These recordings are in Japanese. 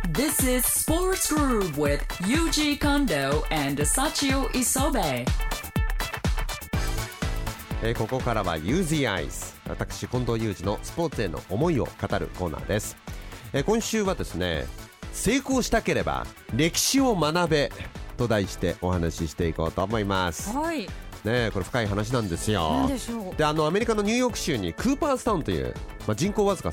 This is Sports Groove with Yuji Kondo and Sachio Isobe。 ここからは Use the Eyes、 私近藤祐二のスポーツへの思いを語るコーナーです。今週はですね、成功したければ歴史を学べと題してお話ししていこうと思います。 はいね、これ深い話なんですよ。 何でしょう。 で、アメリカのニューヨーク州にクーパースタウンという、人口わずか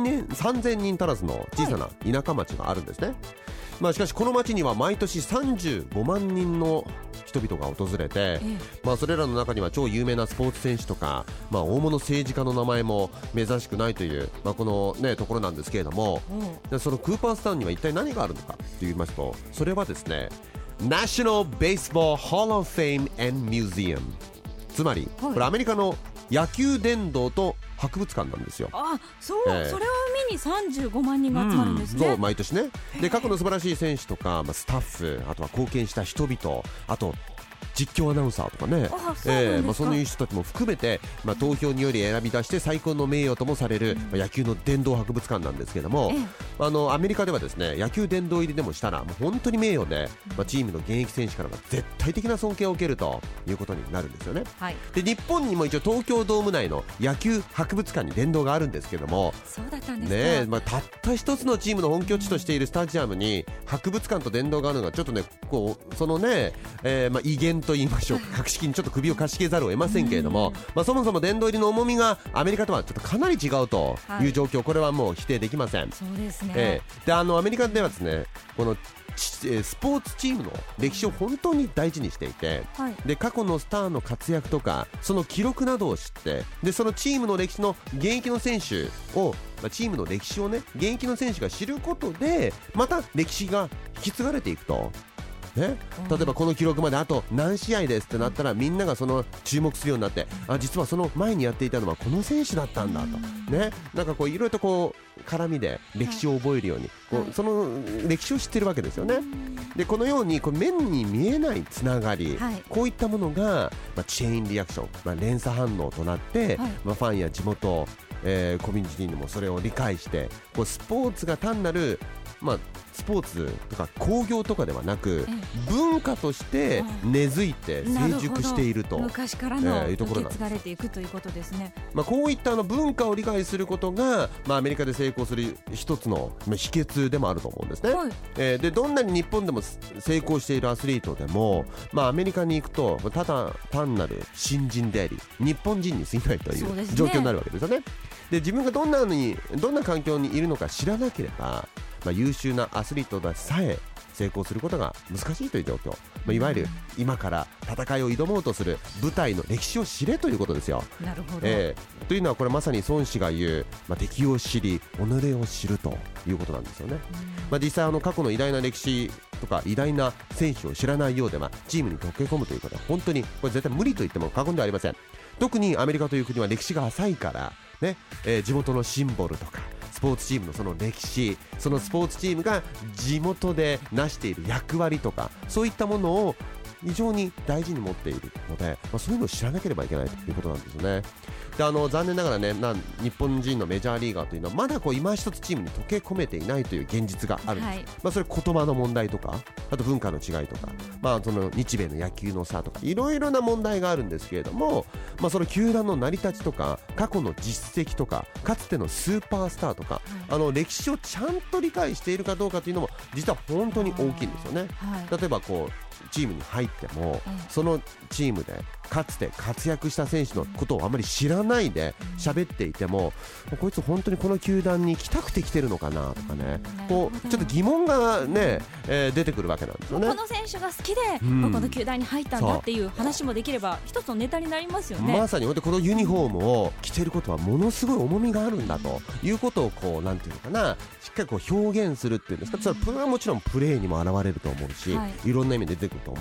3000人足らずの小さな田舎町があるんですね。しかしこの町には毎年35万人の人々が訪れて、それらの中には超有名なスポーツ選手とか、大物政治家の名前も珍しくないという、この、ところなんですけれども、でそのクーパースタウンには一体何があるのかと言いますと、それはですね、National Baseball Hall of Fame and Museum、 つまり、これアメリカの野球殿堂と博物館なんですよ。 そう、それを見に35万人が集まるんですね。 そう、毎年ね。で、過去の素晴らしい選手とか、スタッフ、あとは貢献した人々、あと実況アナウンサーとかね、そういう人たちも含めて、投票により選び出して最高の名誉ともされる、野球の殿堂博物館なんですけども、アメリカではですね、野球殿堂入りでもしたらもう本当に名誉で、チームの現役選手からは絶対的な尊敬を受けるということになるんですよね。で、日本にも一応東京ドーム内の野球博物館に殿堂があるんですけども、 そうだったんですか。 たった一つのチームの本拠地としているスタジアムに博物館と殿堂があるのがちょっとね、こうそのね、威厳と言いましょうか、格式にちょっと首をかしげざるを得ませんけれども、そもそも殿堂入りの重みがアメリカとはちょっとかなり違うという状況、これはもう否定できません。 そうですね。 で、アメリカではですね、このスポーツチームの歴史を本当に大事にしていて、で、過去のスターの活躍とかその記録などを知って、でそのチームの歴史の現役の選手を、チームの歴史をね、現役の選手が知ることでまた歴史が引き継がれていくと。例えばこの記録まであと何試合ですってなったら、みんながその注目するようになって、実はその前にやっていたのはこの選手だったんだとね、なんかこういろいろとこう絡みで歴史を覚えるように、その歴史を知ってるわけですよね。で、このようにこう目に見えないつながり、こういったものが、チェーンリアクション、連鎖反応となって、ファンや地元、コミュニティにもそれを理解して、こうスポーツが単なるスポーツとか工業とかではなく、文化として根付いて成熟していると、 昔からの受け継がれていくということですね。 こういった文化を理解することが、アメリカで成功する一つの秘訣でもあると思うんですね。で、どんなに日本でも成功しているアスリートでも、アメリカに行くとただ単なる新人であり日本人に過ぎないという状況になるわけですよね。で、自分がどんな環境にいるのか知らなければ、優秀なアスリートでさえ成功することが難しいという状況、いわゆる今から戦いを挑もうとする舞台の歴史を知れということですよ。 なるほど。 というのはこれまさに孫子が言う、敵を知り己を知るということなんですよね。実際過去の偉大な歴史とか偉大な選手を知らないようで、チームに溶け込むということは本当にこれ絶対無理と言っても過言ではありません。特にアメリカという国は歴史が浅いからね、地元のシンボルとかスポーツチームのその歴史、そのスポーツチームが地元で成している役割とか、そういったものを非常に大事に持っているので、そういうのを知らなければいけないということなんですよね。で、残念ながらね、日本人のメジャーリーガーというのはまだ今一つチームに溶け込めていないという現実があるんです。それ言葉の問題とか、あと文化の違いとか、その日米の野球の差とか、いろいろな問題があるんですけれども、その球団の成り立ちとか過去の実績とかかつてのスーパースターとか、歴史をちゃんと理解しているかどうかというのも実は本当に大きいんですよね。例えばチームに入っても、そのチームでかつて活躍した選手のことをあまり知らないで喋っていても、こいつ本当にこの球団に来たくて来てるのかなとかね、ちょっと疑問がね、出てくるわけなんですよね。 この選手が好きで、この球団に入ったんだっていう話もできれば一つのネタになりますよね。 まさにこのユニフォームを着てることはものすごい重みがあるんだということをなんていうのかな、しっかり表現するっていうんですか、それはもちろんプレーにも現れると思うし、いろんな意味で出てくると思うんですけ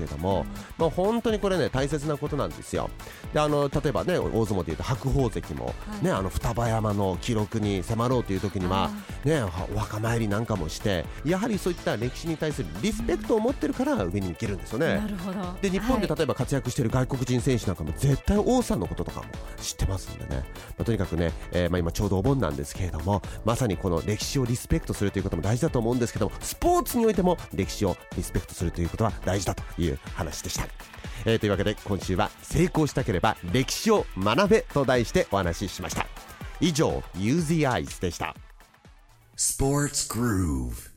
れども、本当にこれね大切なことなんですよ。で例えばね大相撲でいうと白鵬関も、ね、双葉山の記録に迫ろうという時には、ね、お墓参りなんかもして、やはりそういった歴史に対するリスペクトを持ってるから上に行けるんですよね。 なるほど。 で日本で例えば活躍している外国人選手なんかも絶対王さんのこととかも知ってますんでね、とにかくね、今ちょうどお盆なんですけれども、まさにこの歴史をリスペクトするということも大事だと思うんですけども、スポーツにおいても歴史をリスペクトするということは大事だという話でした。というわけで今週は成功したければ歴史を学べと題してお話ししました。以上 Use the Eyes でした。 Sports Groove。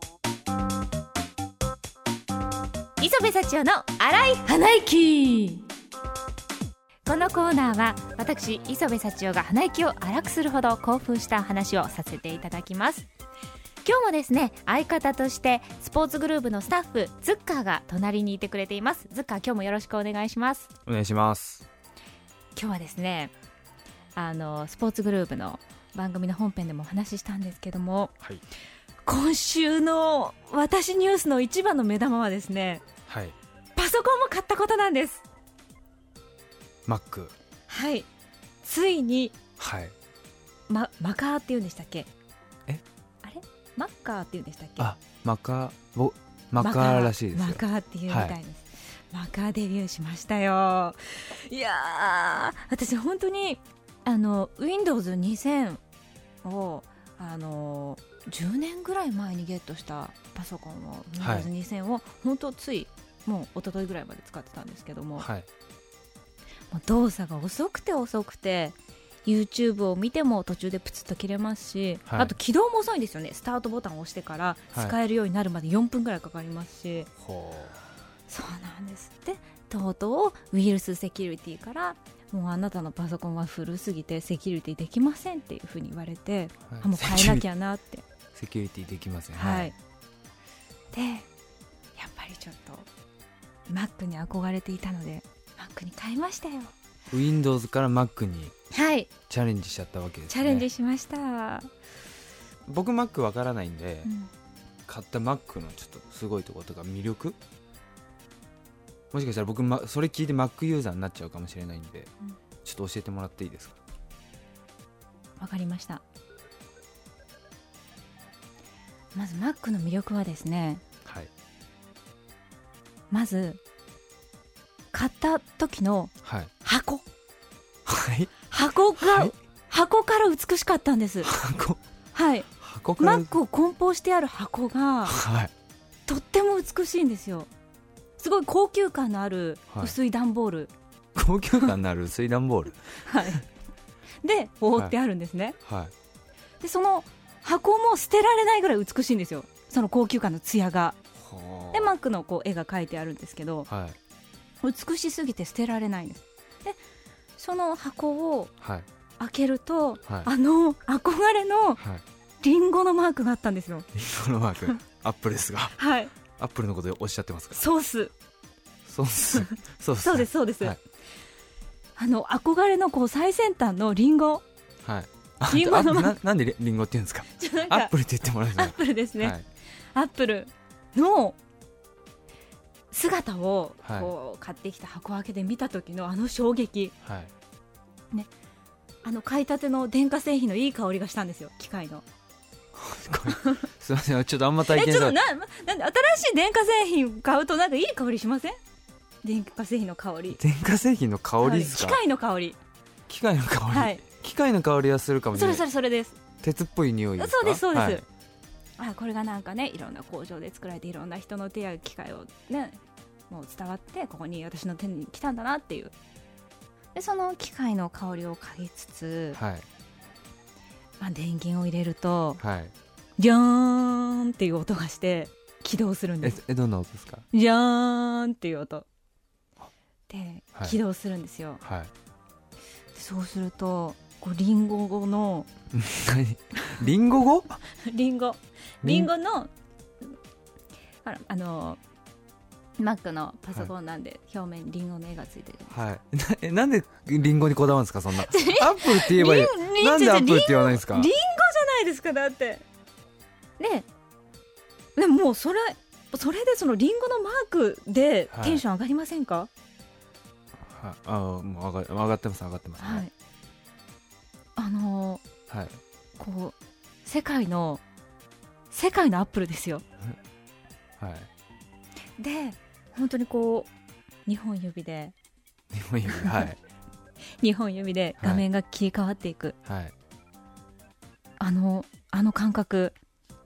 磯部幸男の荒い鼻息。このコーナーは私磯部幸男が鼻息を荒くするほど興奮した話をさせていただきます。今日もですね、相方としてスポーツグループのスタッフズッカーが隣にいてくれています。ズッカー、今日もよろしくお願いします。 お願いします。 今日はですね、スポーツグループの番組の本編でもお話ししたんですけども、 はい、 今週の私ニュースの一番の目玉はですね、 はい、 パソコンも買ったことなんです。 Mac。 はい、ついに、 はい、 マカーって言うんでしたっけ？あれマッカーって言うんでしたっけ？ マカーらしいですよ。 マカーっていうみたいです、マカーデビューしましたよ。いやー、私本当にWindows 2000を10年ぐらい前にゲットしたパソコンを、Windows 2000を本当ついもう一昨日ぐらいまで使ってたんですけども、 はい、 もう動作が遅くてYouTube を見ても途中でプツッと切れますし、 はい、あと起動も遅いんですよね。スタートボタンを押してから使えるようになるまで4分ぐらいかかりますし、はい、そうなんです。でとうとうウイルスセキュリティからもうあなたのパソコンは古すぎてセキュリティできませんっていう風に言われて、はい、もう変えなきゃなって。 セキュリティできません、 はい、でやっぱりちょっと Mac に憧れていたので Mac に変えましたよ。 Windows から Mac にチャレンジしちゃったわけですね。 チャレンジしました。 僕 Mac わからないんで、買った Mac のちょっとすごいところとか魅力、もしかしたら僕、それ聞いて Mac ユーザーになっちゃうかもしれないんで、ちょっと教えてもらっていいですか？ わかりました。まず Mac の魅力はですね、 はい、 まず買った時の箱、 はい、 箱が、はい、箱から美しかったんです。はい、 箱から Mac を梱包してある箱が、はい、とっても美しいんですよ。すごい高級感のある薄い段ボール、 はい、高級感のある薄い段ボールはいで覆ってあるんですね、 はいはい、 でその箱も捨てられないぐらい美しいんですよ、その高級感のツヤが。で Mac の絵が描いてあるんですけど、 はい、 美しすぎて捨てられないんです。でその箱を開けると、 はい、 憧れのリンゴのマークがあったんですよ。 リンゴのマークアップルですが、 はい、 アップルのことをおっしゃってますか？ ソースそうです、はい、憧れの最先端のリンゴ、 はい、 リンゴのなんでリンゴって言うんですか？アップルって言ってもらえますか？ アップルですね、 はい、 アップルの姿をはい、 買ってきた箱開けで見た時の衝撃、 はいね、買いたての電化製品のいい香りがしたんですよ、機械のすいません、ちょっとあんま体験なんで新しい電化製品買うとなんかいい香りしません？電化製品の香り、 電化製品の香りですか？ はい、機械の香り、はい、 機械の香りはするかもしれない。 それです。 鉄っぽい匂いですか？ そうです、 はい、 これがなんかね、いろんな工場で作られていろんな人の手や機械をねもう伝わってここに私の手に来たんだなっていう。でその機械の香りを嗅ぎつつ、 はい、 電源を入れると、 はい、 ジャーンっていう音がして起動するんです。 どんな音ですか？ ジャーンっていう音で、 はい、 起動するんですよ、 はい、 でそうするとリンゴ語のリンゴ語リンゴのMac のパソコンなんで、はい、表面にリンゴの絵がついてる、 はい、なんでリンゴにこだわるんですか？そんなアップルって言えばいいなんでアップルって言わないんですか？ リンゴじゃないですか、だってね。でももうそれそれでそのリンゴのマークでテンション上がりませんか？ もう上がってますね、 はい、 はい、 こう世界のアップルですよ。 はい、 で本当にこう2本指ではい 2本指で画面が切り替わっていく、 はい、 あの感覚、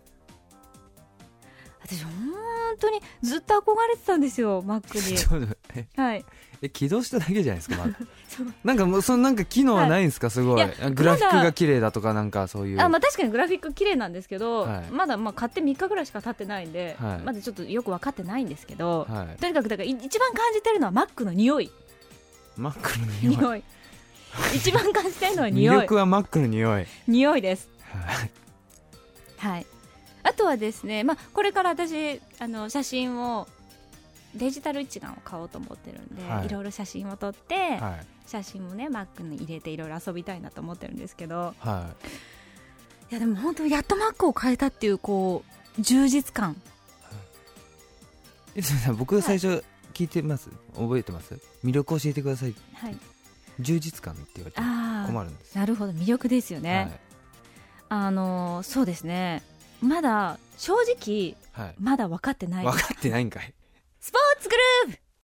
私本当にずっと憧れてたんですよ、マックに。 ちょっとはい、 起動しただけじゃないですか、まだそうなんかもうそのなんか機能はないんですか？すごいグラフィックが綺麗だとかなんかそういう。 まあ、確かにグラフィック綺麗なんですけど、 はい、 まだ買って3日ぐらいしか経ってないんで、 はい、 まだちょっとよく分かってないんですけど、 はい、 とにかくだから一番感じてるのはマックの匂い。 マックの匂い一番感じてるのは匂い。 魅力はマックの匂いです。 はい、 はい、あとはですね、これから私写真をデジタル一眼を買おうと思ってるんで、はい、いろいろ写真を撮って、はい、写真もねマックに入れていろいろ遊びたいなと思ってるんですけど、 はい、 いやでも本当にやっとマックを変えたっていうこう充実感、 僕最初聞いてます、覚えてます？魅力教えてください、 はい、 充実感って言われて困るんです。 なるほど、魅力ですよね、はい、そうですね、まだ正直、はい、まだ分かってない。 分かってないんかい。 スポーツグルーヴ